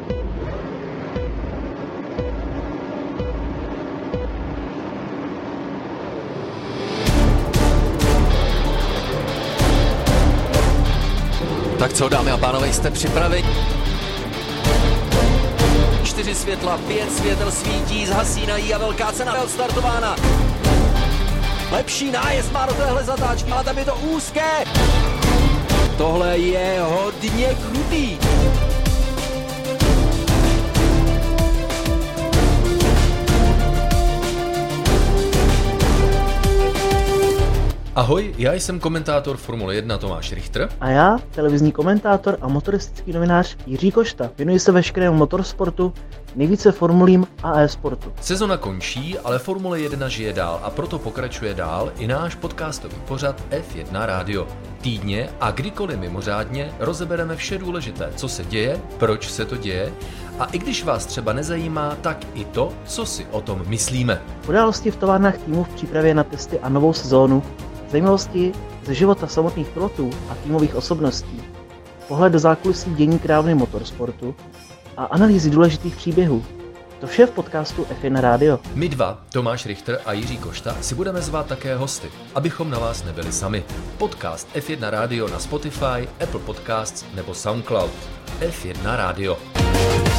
Tak co, dámy a pánové, jste připraveni? 4 světla, 5 světel svítí, zhasínají a velká cena je odstartována. Lepší nájezd má do téhle zatáčky, ale tam je to úzké. Tohle je hodně krutý. Ahoj, já jsem komentátor Formule 1 Tomáš Richter. A já, televizní komentátor a motoristický novinář Jiří Košta. Věnuji se veškerému motorsportu, nejvíce formulím a e-sportu. Sezona končí, ale Formule 1 žije dál a proto pokračuje dál i náš podcastový pořad F1 Radio. Týdně a kdykoliv mimořádně rozebereme vše důležité, co se děje, proč se to děje a i když vás třeba nezajímá, tak i to, co si o tom myslíme. Události v továrnách týmů v přípravě na testy a novou sezónu, zajímavosti ze života samotných pilotů a týmových osobností, pohled do zákulisí dění královny motorsportu a analýzy důležitých příběhů. To vše v podcastu F1 Radio. My dva, Tomáš Richter a Jiří Košta, si budeme zvát také hosty, abychom na vás nebyli sami. Podcast F1 Radio na Spotify, Apple Podcasts nebo SoundCloud. F1 Radio.